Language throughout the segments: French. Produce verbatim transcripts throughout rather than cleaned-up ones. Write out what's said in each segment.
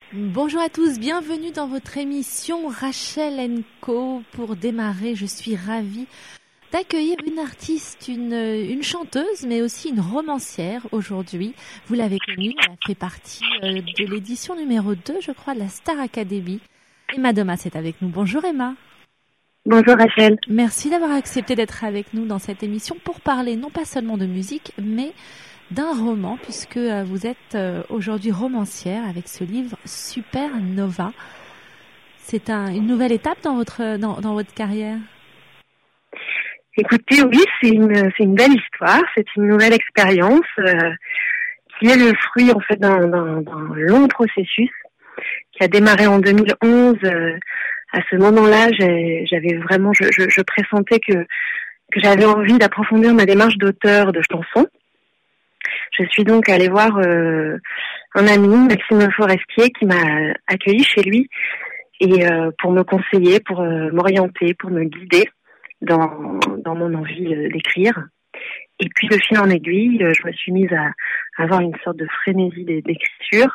Bonjour à tous, bienvenue dans votre émission Rachel and Co. Pour démarrer, je suis ravie d'accueillir une artiste, une, une chanteuse, mais aussi une romancière aujourd'hui. Vous l'avez connue, elle a fait partie euh, de l'édition numéro deux, je crois, de la Star Academy. Emma Domas est avec nous. Bonjour Emma. Bonjour Rachel. Merci d'avoir accepté d'être avec nous dans cette émission pour parler non pas seulement de musique, mais d'un roman, puisque vous êtes aujourd'hui romancière avec ce livre Supernova. C'est un, une nouvelle étape dans votre, dans, dans votre carrière? Écoutez, oui, c'est une, c'est une belle histoire, c'est une nouvelle expérience euh, qui est le fruit en fait d'un, d'un, d'un long processus qui a démarré en deux mille onze. Euh, à ce moment-là, j'ai, j'avais vraiment, je, je, je pressentais que, que j'avais envie d'approfondir ma démarche d'auteur de chansons. Je suis donc allée voir euh, un ami, Maxime Forestier, qui m'a accueillie chez lui et euh, pour me conseiller, pour euh, m'orienter, pour me guider dans, dans mon envie euh, d'écrire. Et puis de fil en aiguille, euh, je me suis mise à, à avoir une sorte de frénésie d'écriture,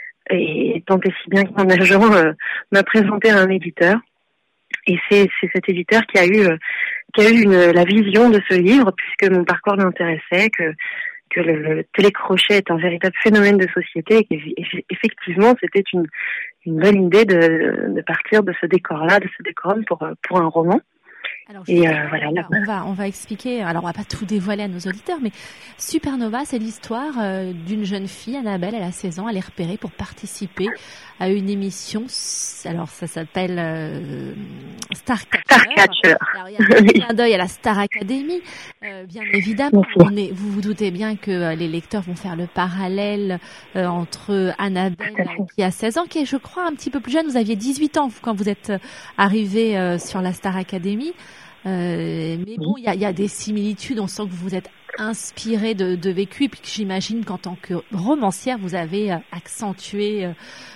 et tant et si bien que mon agent euh, m'a présenté à un éditeur. Et c'est, c'est cet éditeur qui a eu, euh, qui a eu une, la vision de ce livre, puisque mon parcours m'intéressait, que que le, le télécrochet est un véritable phénomène de société et qu'effectivement c'était une, une bonne idée de, de partir de ce décor-là, de ce décorum pour, pour un roman. Alors, et euh, voilà, là. on va on va expliquer. Alors on va pas tout dévoiler à nos auditeurs, mais Supernova, c'est l'histoire euh, d'une jeune fille, Annabelle. Elle a seize ans, elle est repérée pour participer à une émission. Alors ça s'appelle euh, Starcatcher. Starcatcher. Alors il y a un clin d'œil à la Star Academy, euh, bien évidemment. On est, vous vous doutez bien que euh, les lecteurs vont faire le parallèle euh, entre Annabelle qui a seize ans, qui est, je crois, un petit peu plus jeune. Vous aviez dix-huit ans quand vous êtes arrivé euh, sur la Star Academy. Euh, mais bon, il y a, y a des similitudes. On sent que vous vous êtes inspiré de, de vécu, et puis que j'imagine qu'en tant que romancière, vous avez accentué.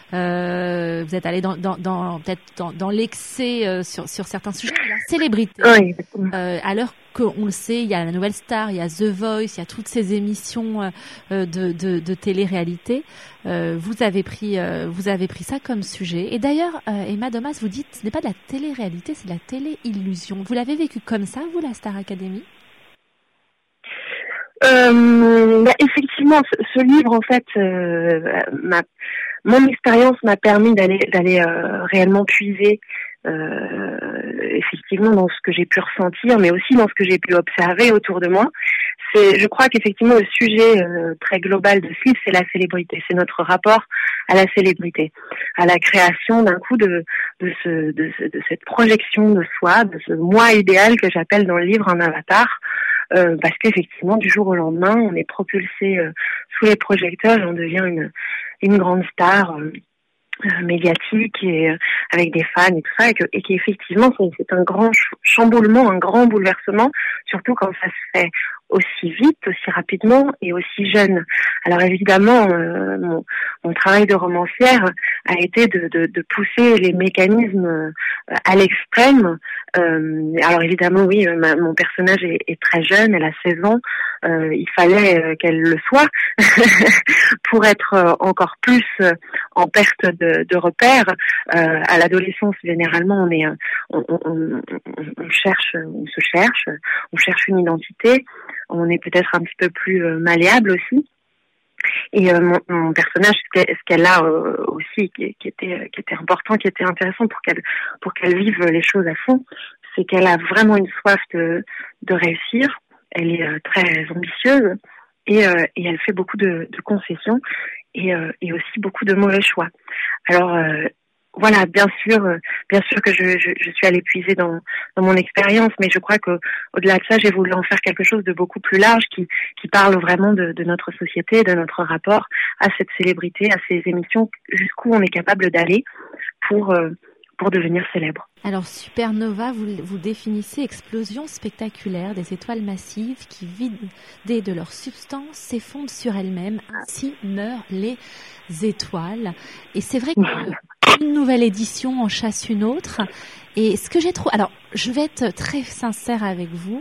Euh, vous êtes allé dans, dans, dans peut-être dans, dans l'excès euh, sur, sur certains sujets. La célébrité. Oui. Euh, alors qu'on le sait, il y a la Nouvelle Star, il y a The Voice, il y a toutes ces émissions euh, de, de, de télé-réalité. Euh, vous avez pris, euh, vous avez pris ça comme sujet. Et d'ailleurs, euh, Emma Domas, vous dites, ce n'est pas de la télé-réalité, c'est de la télé-illusion. Vous l'avez vécu comme ça, vous, la Star Academy? Euh, bah, effectivement, ce, ce livre, en fait, euh, m'a, mon expérience m'a permis d'aller, d'aller euh, réellement puiser, euh, effectivement, dans ce que j'ai pu ressentir, mais aussi dans ce que j'ai pu observer autour de moi. C'est, je crois qu'effectivement, le sujet euh, très global de ce livre, c'est la célébrité, c'est notre rapport à la célébrité, à la création d'un coup de, de, ce, de, ce, de cette projection de soi, de ce moi idéal que j'appelle dans le livre un avatar. Euh, parce qu'effectivement, du jour au lendemain, on est propulsé euh, sous les projecteurs et on devient une, une grande star euh, euh, médiatique et euh, avec des fans et tout ça, et, que, et qu'effectivement, c'est, c'est un grand chamboulement, un grand bouleversement, surtout quand ça se fait aussi vite, aussi rapidement et aussi jeune. Alors évidemment, euh, mon, mon travail de romancière a été de, de, de pousser les mécanismes euh, à l'extrême. Euh, alors évidemment, oui, ma, mon personnage est, est très jeune, elle a seize ans. Euh, il fallait euh, qu'elle le soit pour être euh, encore plus euh, en perte de, de repères. Euh, à l'adolescence, généralement, on est, on, on, on, on cherche, on se cherche, on cherche une identité. On est peut-être un petit peu plus euh, malléable aussi. Et euh, mon, mon personnage, ce qu'elle, ce qu'elle a euh, aussi, qui, qui était, qui était important, qui était intéressant pour qu'elle, pour qu'elle vive les choses à fond, c'est qu'elle a vraiment une soif de, de réussir. Elle est euh, très ambitieuse et, euh, et elle fait beaucoup de, de concessions et, euh, et aussi beaucoup de mauvais choix. Alors euh, voilà, bien sûr, bien sûr que je, je, je suis allée puiser dans, dans mon expérience, mais je crois que au-delà de ça, j'ai voulu en faire quelque chose de beaucoup plus large, qui, qui parle vraiment de, de notre société, de notre rapport à cette célébrité, à ces émissions, jusqu'où on est capable d'aller pour euh, pour devenir célèbre. Alors Supernova, vous, vous définissez explosion spectaculaire des étoiles massives qui, vidées de leur substance, s'effondrent sur elles-mêmes. Ainsi meurent les étoiles. Et c'est vrai qu'une nouvelle édition en chasse une autre. Et ce que j'ai trouvé... Alors, je vais être très sincère avec vous.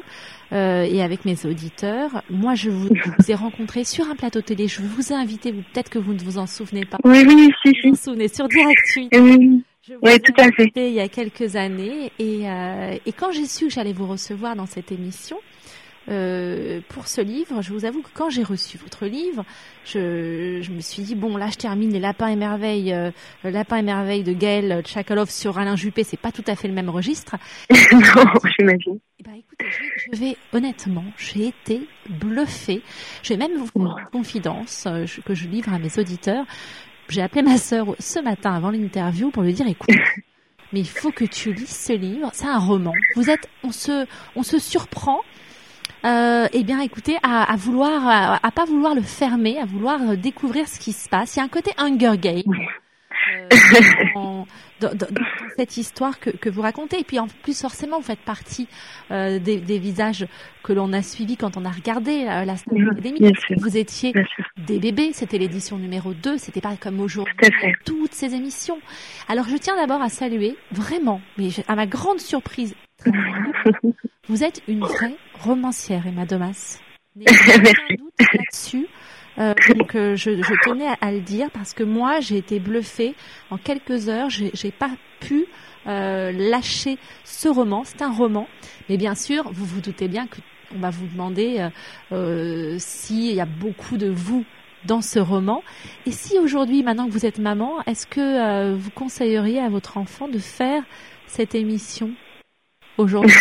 euh, et avec mes auditeurs. Moi, je vous, je vous ai rencontré sur un plateau télé. Je vous ai invité, vous, peut-être que vous ne vous en souvenez pas. Oui, oui, si, si. Vous vous en souvenez, sur Direct huit. Oui, je vous oui ai tout à fait. Il y a quelques années. Et, euh, et quand j'ai su que j'allais vous recevoir dans cette émission, Euh, pour ce livre, je vous avoue que quand j'ai reçu votre livre, je, je me suis dit bon là je termine les Lapins et Merveilles, euh, le Lapin et Merveille de Gaël Tchakalov sur Alain Juppé, c'est pas tout à fait le même registre. Non, j'imagine. Eh ben, écoutez, je vais, je vais honnêtement, j'ai été bluffée. Je vais même vous faire une confidence euh, je, que je livre à mes auditeurs. J'ai appelé ma sœur ce matin avant l'interview pour lui dire écoute. Mais il faut que tu lises ce livre. C'est un roman. Vous êtes, on se, on se surprend. Euh, eh bien, écoutez, à, à vouloir, à, à pas vouloir le fermer, à vouloir découvrir ce qui se passe. Il y a un côté Hunger Games euh, dans, dans, dans, dans cette histoire que, que vous racontez. Et puis, en plus, forcément, vous faites partie euh, des, des visages que l'on a suivis quand on a regardé euh, la Star Academy. Vous étiez des bébés. C'était l'édition numéro deux. C'était pas comme aujourd'hui toutes ces émissions. Alors, je tiens d'abord à saluer vraiment, mais à ma grande surprise. Vous êtes une vraie romancière, Emma Domas. Il n'y a aucun doute là-dessus. Euh, donc, euh, je, je tenais à, à le dire parce que moi, j'ai été bluffée. En quelques heures, j'ai, j'ai pas pu euh, lâcher ce roman. C'est un roman, mais bien sûr, vous vous doutez bien que on va vous demander euh, euh, s'il y a beaucoup de vous dans ce roman. Et si aujourd'hui, maintenant que vous êtes maman, est-ce que euh, vous conseilleriez à votre enfant de faire cette émission aujourd'hui,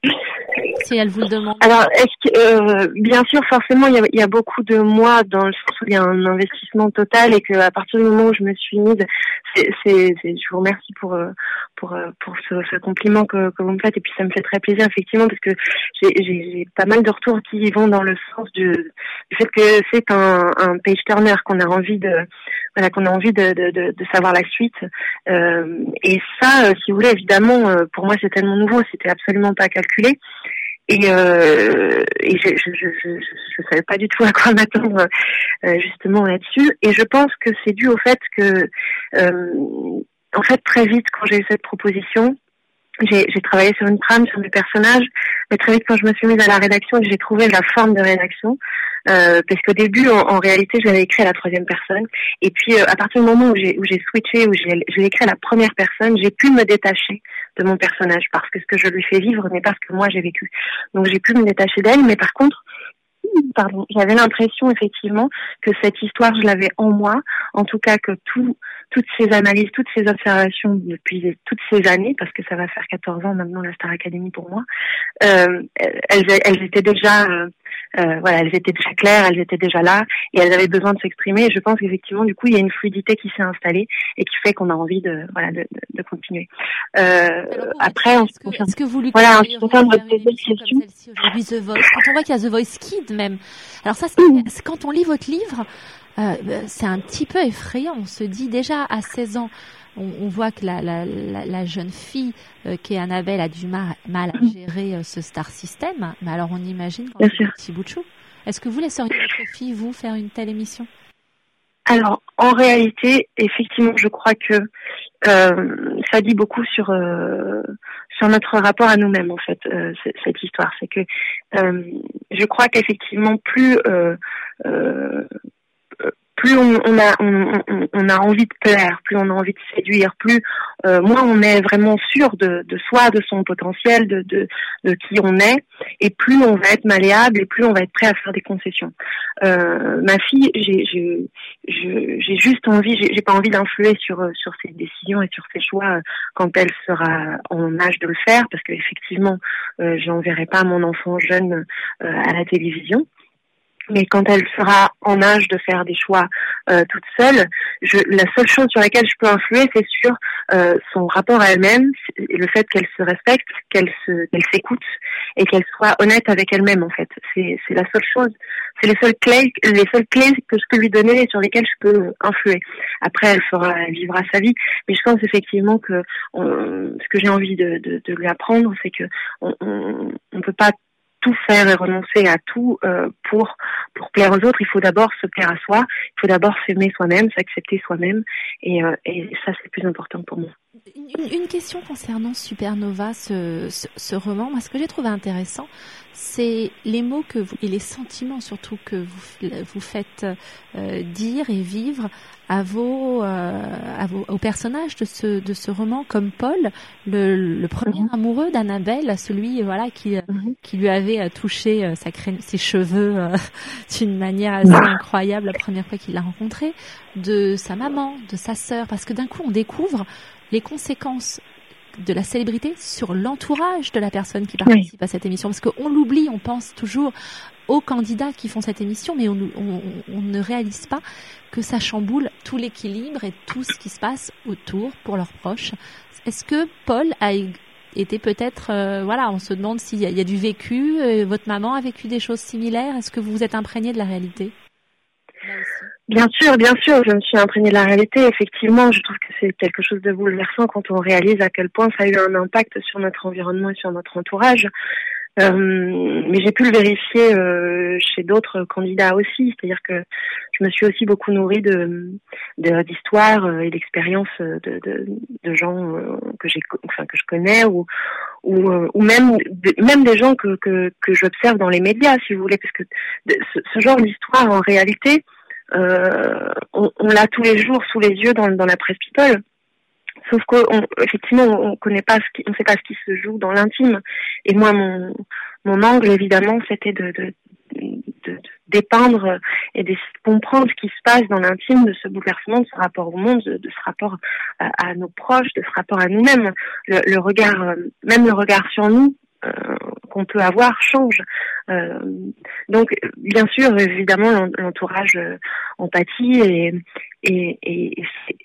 si elle vous le demande? Alors, est-ce que, euh, bien sûr, forcément, il y a, il y a beaucoup de moi dans le sens où il y a un investissement total et que à partir du moment où je me suis mise, c'est, c'est, c'est je vous remercie pour pour pour ce, ce compliment que, que vous me faites et puis ça me fait très plaisir effectivement parce que j'ai, j'ai, j'ai pas mal de retours qui vont dans le sens du, du fait que c'est un, un page turner qu'on a envie de voilà qu'on a envie de, de, de, de savoir la suite euh, et ça, si vous voulez, évidemment, pour moi c'est tellement nouveau, c'était absolument pas calculé. Et, euh, et je, je, je, je, je savais pas du tout à quoi m'attendre euh, justement là-dessus. Et je pense que c'est dû au fait que, euh, en fait, très vite quand j'ai eu cette proposition, j'ai, j'ai travaillé sur une trame, sur mes personnages, mais très vite quand je me suis mise à la rédaction, j'ai trouvé la forme de rédaction, euh, parce qu'au début, en, en réalité, je l'avais écrit à la troisième personne, et puis euh, à partir du moment où j'ai, où j'ai switché, où j'ai, je l'ai écrit à la première personne, j'ai pu me détacher de mon personnage, parce que ce que je lui fais vivre n'est pas ce que moi j'ai vécu. Donc j'ai pu me détacher d'elle, mais par contre, pardon, j'avais l'impression effectivement que cette histoire, je l'avais en moi, en tout cas que tout, toutes ces analyses, toutes ces observations depuis toutes ces années, parce que ça va faire quatorze ans maintenant la Star Academy pour moi, euh, elles, elles étaient déjà, euh, euh, voilà, elles étaient déjà claires, elles étaient déjà là, et elles avaient besoin de s'exprimer. Et je pense qu'effectivement, du coup, il y a une fluidité qui s'est installée et qui fait qu'on a envie de, voilà, de, de, de continuer. Euh, Alors, après, en ce qui concerne, est-ce que vous lui voilà, en ce qui concerne votre deuxième question aujourd'hui, The Voice, quand on voit qu'il y a The Voice Kids même. Alors ça, c'est, c'est quand on lit votre livre. Euh, c'est un petit peu effrayant. On se dit déjà à seize ans, on, on voit que la, la, la, la jeune fille euh, qui est Annabelle a du mal, mal à gérer euh, ce star system. Mais alors on imagine quand c'est un petit bout de chou. Est-ce que vous laisseriez votre fille, vous, faire une telle émission? Alors, en réalité, effectivement, je crois que euh, ça dit beaucoup sur euh, sur notre rapport à nous-mêmes, en fait, euh, cette histoire. C'est que euh, je crois qu'effectivement, plus euh, euh, plus on, on a on, on, on a envie de plaire, plus on a envie de séduire, plus euh, moins on est vraiment sûr de, de soi, de son potentiel, de, de de qui on est, et plus on va être malléable et plus on va être prêt à faire des concessions. Euh, ma fille, j'ai j'ai j'ai juste envie, j'ai, j'ai pas envie d'influer sur sur ses décisions et sur ses choix quand elle sera en âge de le faire, parce que effectivement, euh, j'enverrai pas mon enfant jeune euh, à la télévision. Mais quand elle sera en âge de faire des choix euh, toute seule, je, la seule chose sur laquelle je peux influer, c'est sur euh, son rapport à elle-même, le fait qu'elle se respecte, qu'elle se, qu'elle s'écoute et qu'elle soit honnête avec elle-même. En fait, c'est, c'est la seule chose, c'est les seules clés, les seules clés que je peux lui donner et sur lesquelles je peux influer. Après, elle fera, elle vivra sa vie, mais je pense effectivement que on, ce que j'ai envie de, de, de lui apprendre, c'est que on, on, on peut pas tout faire et renoncer à tout euh, pour pour plaire aux autres. Il faut d'abord se plaire à soi, il faut d'abord s'aimer soi-même, s'accepter soi-même, et, euh, et ça c'est le plus important pour moi. Une, une question concernant Supernova, ce, ce, ce roman. Moi, ce que j'ai trouvé intéressant, c'est les mots que vous, et les sentiments surtout que vous, vous faites euh, dire et vivre à vos, euh, à vos, aux personnages de ce, de ce roman, comme Paul, le, le premier mmh. amoureux d'Annabelle, celui voilà qui, mmh. qui lui avait touché euh, sa cré... ses cheveux euh, d'une manière assez mmh. incroyable la première fois qu'il l'a rencontré, de sa maman, de sa sœur, parce que d'un coup on découvre les conséquences de la célébrité sur l'entourage de la personne qui participe oui. à cette émission. Parce qu'on l'oublie, on pense toujours aux candidats qui font cette émission, mais on, on, on ne réalise pas que ça chamboule tout l'équilibre et tout ce qui se passe autour pour leurs proches. Est-ce que Paul a été peut-être... Euh, voilà, on se demande s'il y a, il y a du vécu. Euh, votre maman a vécu des choses similaires. Est-ce que vous vous êtes imprégné de la réalité ? Là aussi. Bien sûr, bien sûr, je me suis imprégnée de la réalité. Effectivement, je trouve que c'est quelque chose de bouleversant quand on réalise à quel point ça a eu un impact sur notre environnement et sur notre entourage. Euh, mais j'ai pu le vérifier euh, chez d'autres candidats aussi. C'est-à-dire que je me suis aussi beaucoup nourrie de, de d'histoires et d'expériences de, de, de gens que j'ai, enfin que je connais ou ou, ou même même des gens que que que j'observe dans les médias, si vous voulez, parce que ce, ce genre d'histoire en réalité. Euh, on, on l'a tous les jours sous les yeux dans, dans la presse people. Sauf qu'effectivement, on, on connaît pas ce qui, on sait pas ce qui se joue dans l'intime. Et moi, mon, mon angle, évidemment, c'était de, de, de, de dépeindre et de comprendre ce qui se passe dans l'intime de ce bouleversement, de ce rapport au monde, de, de ce rapport à, à nos proches, de ce rapport à nous-mêmes. Le, le regard, même le regard sur nous, euh, qu'on peut avoir change. Euh, donc, bien sûr, évidemment, l'entourage euh, empathie et, et, et, et c'est,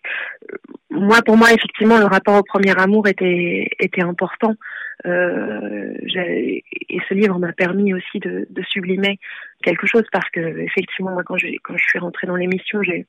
moi, pour moi, effectivement, le rapport au premier amour était était important. Euh, j'ai, et ce livre m'a permis aussi de, de sublimer quelque chose parce que, effectivement, moi, quand je quand je suis rentrée dans l'émission, j'ai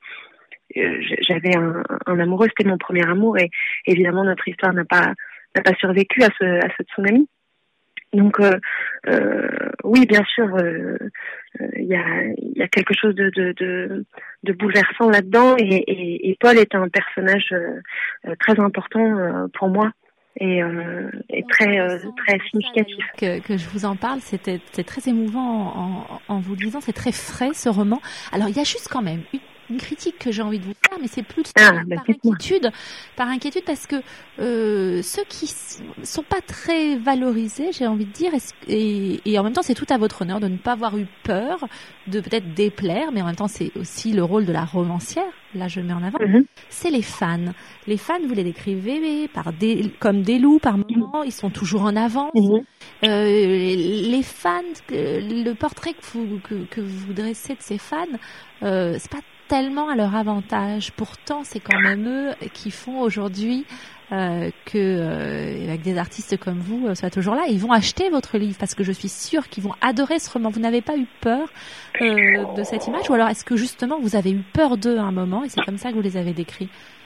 j'avais un, un amoureux, c'était mon premier amour, et évidemment, notre histoire n'a pas n'a pas survécu à ce à ce tsunami. Donc euh, euh, oui, bien sûr, il euh, euh, y a il y a quelque chose de de de, de bouleversant là-dedans, et, et, et Paul est un personnage euh, très important euh, pour moi et, euh, et très euh, très significatif. Que que je vous en parle, c'était c'est très émouvant en, en vous lisant, c'est très frais ce roman. Alors il y a juste quand même une une critique que j'ai envie de vous faire, mais c'est plus ah, par, par inquiétude, par inquiétude parce que euh, ceux qui sont pas très valorisés, j'ai envie de dire, et, et en même temps c'est tout à votre honneur de ne pas avoir eu peur de peut-être déplaire, mais en même temps c'est aussi le rôle de la romancière. Là, je le mets en avant. Mm-hmm. C'est les fans. Les fans, vous les décrivez par des, comme des loups par moment. Mm-hmm. Ils sont toujours en avance. Mm-hmm. Euh, les, les fans, le portrait que vous que, que vous dressez de ces fans, euh, c'est pas tellement à leur avantage. Pourtant, c'est quand même eux qui font aujourd'hui euh, que, euh, avec des artistes comme vous, euh, soient toujours là. Ils vont acheter votre livre parce que je suis sûre qu'ils vont adorer ce roman. Vous n'avez pas eu peur euh, de cette image, ou alors est-ce que justement vous avez eu peur d'eux à un moment et c'est comme ça que vous les avez décrits?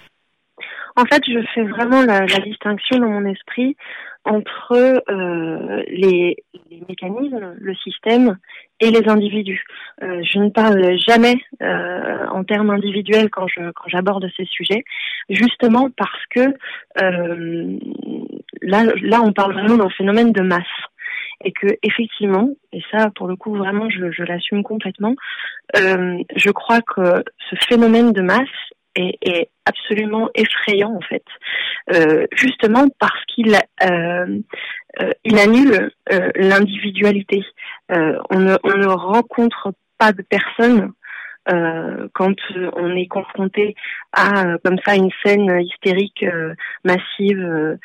En fait, je fais vraiment la, la distinction dans mon esprit entre euh, les, les mécanismes, le système et les individus. Euh, je ne parle jamais euh, en termes individuels quand je quand j'aborde ces sujets, justement parce que euh, là là on parle vraiment d'un phénomène de masse. Et que effectivement, et ça pour le coup vraiment je, je l'assume complètement, euh, je crois que ce phénomène de masse est, est absolument effrayant en fait, euh, justement parce qu'il euh, euh, il annule euh, l'individualité. Euh, on ne on ne rencontre pas de personne euh, quand on est confronté à euh, comme ça une scène hystérique euh, massive euh,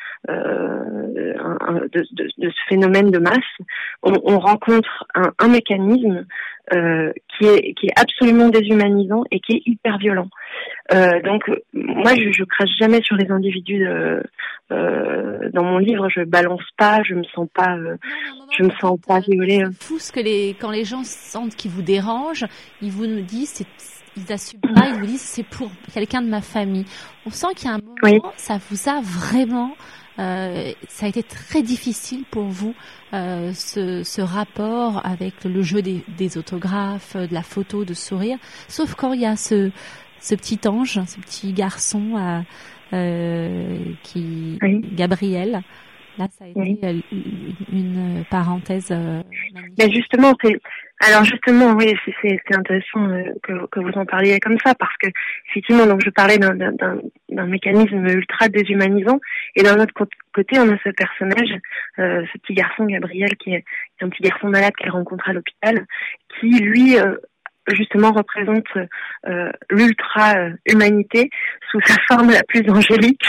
euh, de, de, de ce phénomène de masse. On, on rencontre un, un mécanisme euh, qui est qui est absolument déshumanisant et qui est hyper violent. Euh, donc moi je, je crache jamais sur les individus euh, euh, dans mon livre, je balance pas, je me sens pas euh, non, non, non, je me sens pas violée. C'est fou ce que les quand les gens sentent qu'ils vous dérangent, ils vous disent c'est ils assument pas, ils vous disent c'est pour quelqu'un de ma famille. On sent qu'il y a un moment, oui. Ça vous a vraiment euh, ça a été très difficile pour vous euh, ce, ce rapport avec le jeu des, des autographes, de la photo, de sourire, sauf quand il y a ce ce petit ange, ce petit garçon, euh, euh, qui oui. Gabriel. Là, ça a été oui. une, une parenthèse euh, magnifique. Mais justement, c'est alors justement, oui, c'est, c'est, c'est intéressant euh, que, que vous en parliez comme ça, parce que effectivement, donc je parlais d'un, d'un, d'un mécanisme ultra déshumanisant, et d'un autre côté, on a ce personnage, euh, ce petit garçon Gabriel, qui est, qui est un petit garçon malade qu'elle rencontre à l'hôpital, qui lui euh, justement représente euh, l'ultra euh, humanité sous sa forme la plus angélique.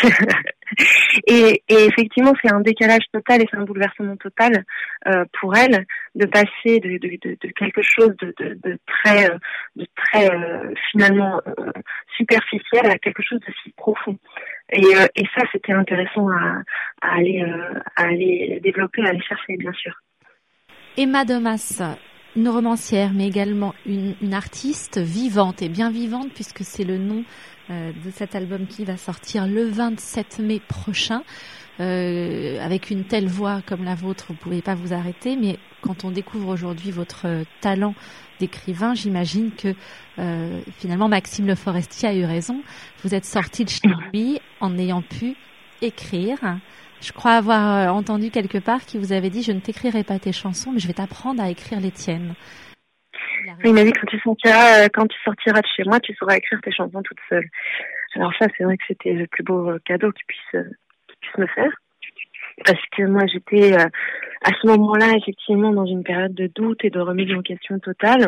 et, et effectivement, c'est un décalage total et c'est un bouleversement total euh, pour elle de passer de, de, de, de quelque chose de, de, de très, de très euh, finalement euh, superficiel à quelque chose de si profond. Et, euh, et ça, c'était intéressant à, à aller, euh, à aller développer, à aller chercher, bien sûr. Emma Domas, une romancière, mais également une, une artiste vivante et bien vivante, puisque c'est le nom euh, de cet album qui va sortir le vingt-sept mai prochain. Euh, avec une telle voix comme la vôtre, vous ne pouvez pas vous arrêter, mais quand on découvre aujourd'hui votre talent d'écrivain, j'imagine que euh, finalement Maxime Le Forestier a eu raison. Vous êtes sorti de chez lui en ayant pu écrire. Je crois avoir entendu quelque part qu'il vous avait dit « Je ne t'écrirai pas tes chansons, mais je vais t'apprendre à écrire les tiennes ». Il m'a dit « Quand tu sortiras, quand tu sortiras de chez moi, tu sauras écrire tes chansons toute seule ». Alors ça, c'est vrai que c'était le plus beau cadeau qu'il puisse, qu'il puisse me faire. Parce que moi, j'étais à ce moment-là, effectivement, dans une période de doute et de remise en question totale.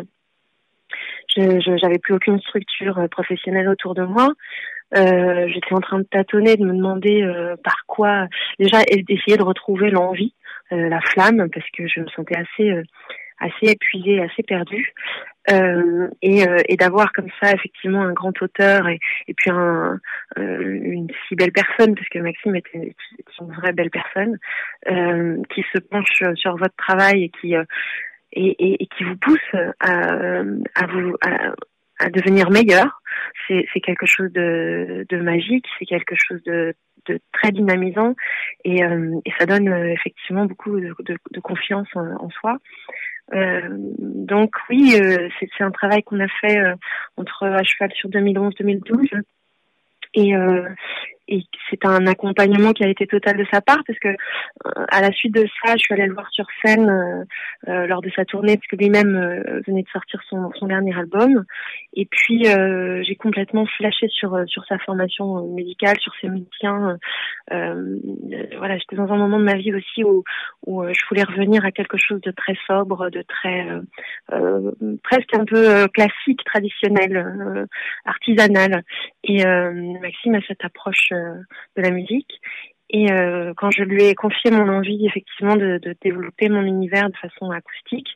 Je, je j'avais plus aucune structure professionnelle autour de moi. Euh, j'étais en train de tâtonner, de me demander euh, par quoi, déjà d'essayer de retrouver l'envie, euh, la flamme, parce que je me sentais assez euh, assez épuisée, assez perdue, euh, et, euh, et d'avoir comme ça effectivement un grand auteur et, et puis un, euh, une si belle personne, parce que Maxime était une, une vraie belle personne, euh, qui se penche sur votre travail et qui euh, et, et, et qui vous pousse à, à vous à, à devenir meilleur. C'est, c'est quelque chose de, de magique, c'est quelque chose de, de très dynamisant et, euh, et ça donne euh, effectivement beaucoup de, de, de confiance en, en soi. Euh, donc oui, euh, c'est, c'est un travail qu'on a fait euh, entre à cheval sur deux mille onze deux mille douze et euh, et c'est un accompagnement qui a été total de sa part parce que euh, à la suite de ça, je suis allée le voir sur scène euh, euh, lors de sa tournée parce que lui-même euh, venait de sortir son, son dernier album et puis euh, j'ai complètement flashé sur sur sa formation musicale, sur ses musiciens. Euh, voilà, j'étais dans un moment de ma vie aussi où où je voulais revenir à quelque chose de très sobre, de très euh, euh, presque un peu classique, traditionnel, euh, artisanal. Et euh, Maxime a cette approche de la musique et euh, quand je lui ai confié mon envie effectivement de, de développer mon univers de façon acoustique,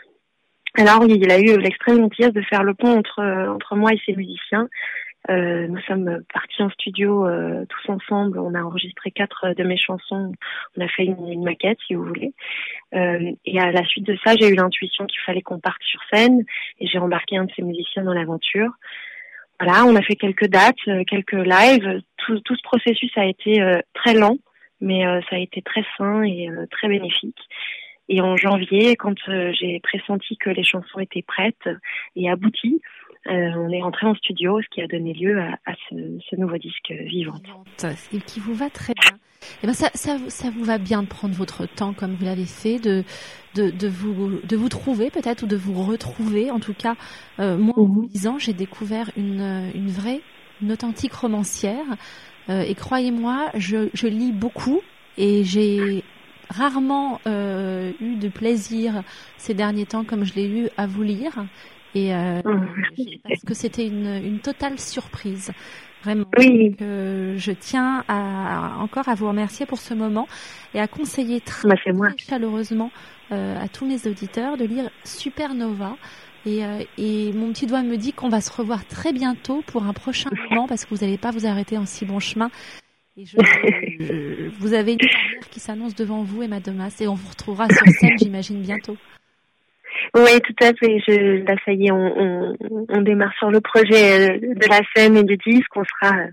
alors oui, il a eu l'extrême gentillesse de faire le pont entre entre moi et ses musiciens. Euh, nous sommes partis en studio euh, tous ensemble, on a enregistré quatre de mes chansons, on a fait une, une maquette si vous voulez, euh, et à la suite de ça j'ai eu l'intuition qu'il fallait qu'on parte sur scène et j'ai embarqué un de ces musiciens dans l'aventure. Voilà, on a fait quelques dates, quelques lives. Tout, tout ce processus a été euh, très lent, mais euh, ça a été très sain et euh, très bénéfique. Et en janvier, quand euh, j'ai pressenti que les chansons étaient prêtes et abouties, euh, on est rentré en studio, ce qui a donné lieu à, à ce, ce nouveau disque vivant. Et qui vous va très bien. Et ben ça, ça, ça vous va bien de prendre votre temps comme vous l'avez fait, de, de, de vous, de vous trouver peut-être ou de vous retrouver. En tout cas, euh, moi, en vous lisant, j'ai découvert une, une vraie, une authentique romancière. Euh, et croyez-moi, je, je lis beaucoup et j'ai rarement euh, eu de plaisir ces derniers temps comme je l'ai eu à vous lire. Et euh, parce que c'était une, une totale surprise. Vraiment. Oui. Donc, euh, je tiens à, encore à vous remercier pour ce moment et à conseiller très, bah, c'est moi. très chaleureusement euh, à tous mes auditeurs de lire Supernova. Et, euh, et mon petit doigt me dit qu'on va se revoir très bientôt pour un prochain roman parce que vous n'allez pas vous arrêter en si bon chemin. Et je, je, vous avez une carrière qui s'annonce devant vous, Emma Domas, et on vous retrouvera sur scène, j'imagine, bientôt. Oui, tout à fait. Je, là, ça y est, on, on, on démarre sur le projet de la scène et du disque. On sera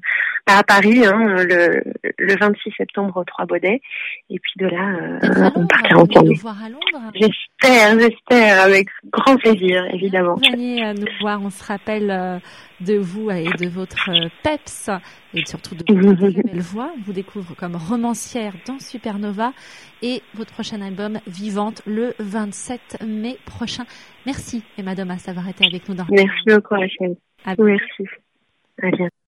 à Paris, hein, le, le vingt-six septembre au Trois Baudets. Et puis de là, euh, on partira en tournée. Voir à Londres. J'espère, j'espère, avec grand plaisir, évidemment. Vous venez nous voir, on se rappelle euh, de vous et de votre euh, peps et surtout de votre très belle voix. On vous découvre comme romancière dans Supernova et votre prochain album Vivante le vingt-sept mai prochain. Merci Emma Domas d'avoir été avec nous dans. Merci beaucoup Rachel. Merci. À bientôt.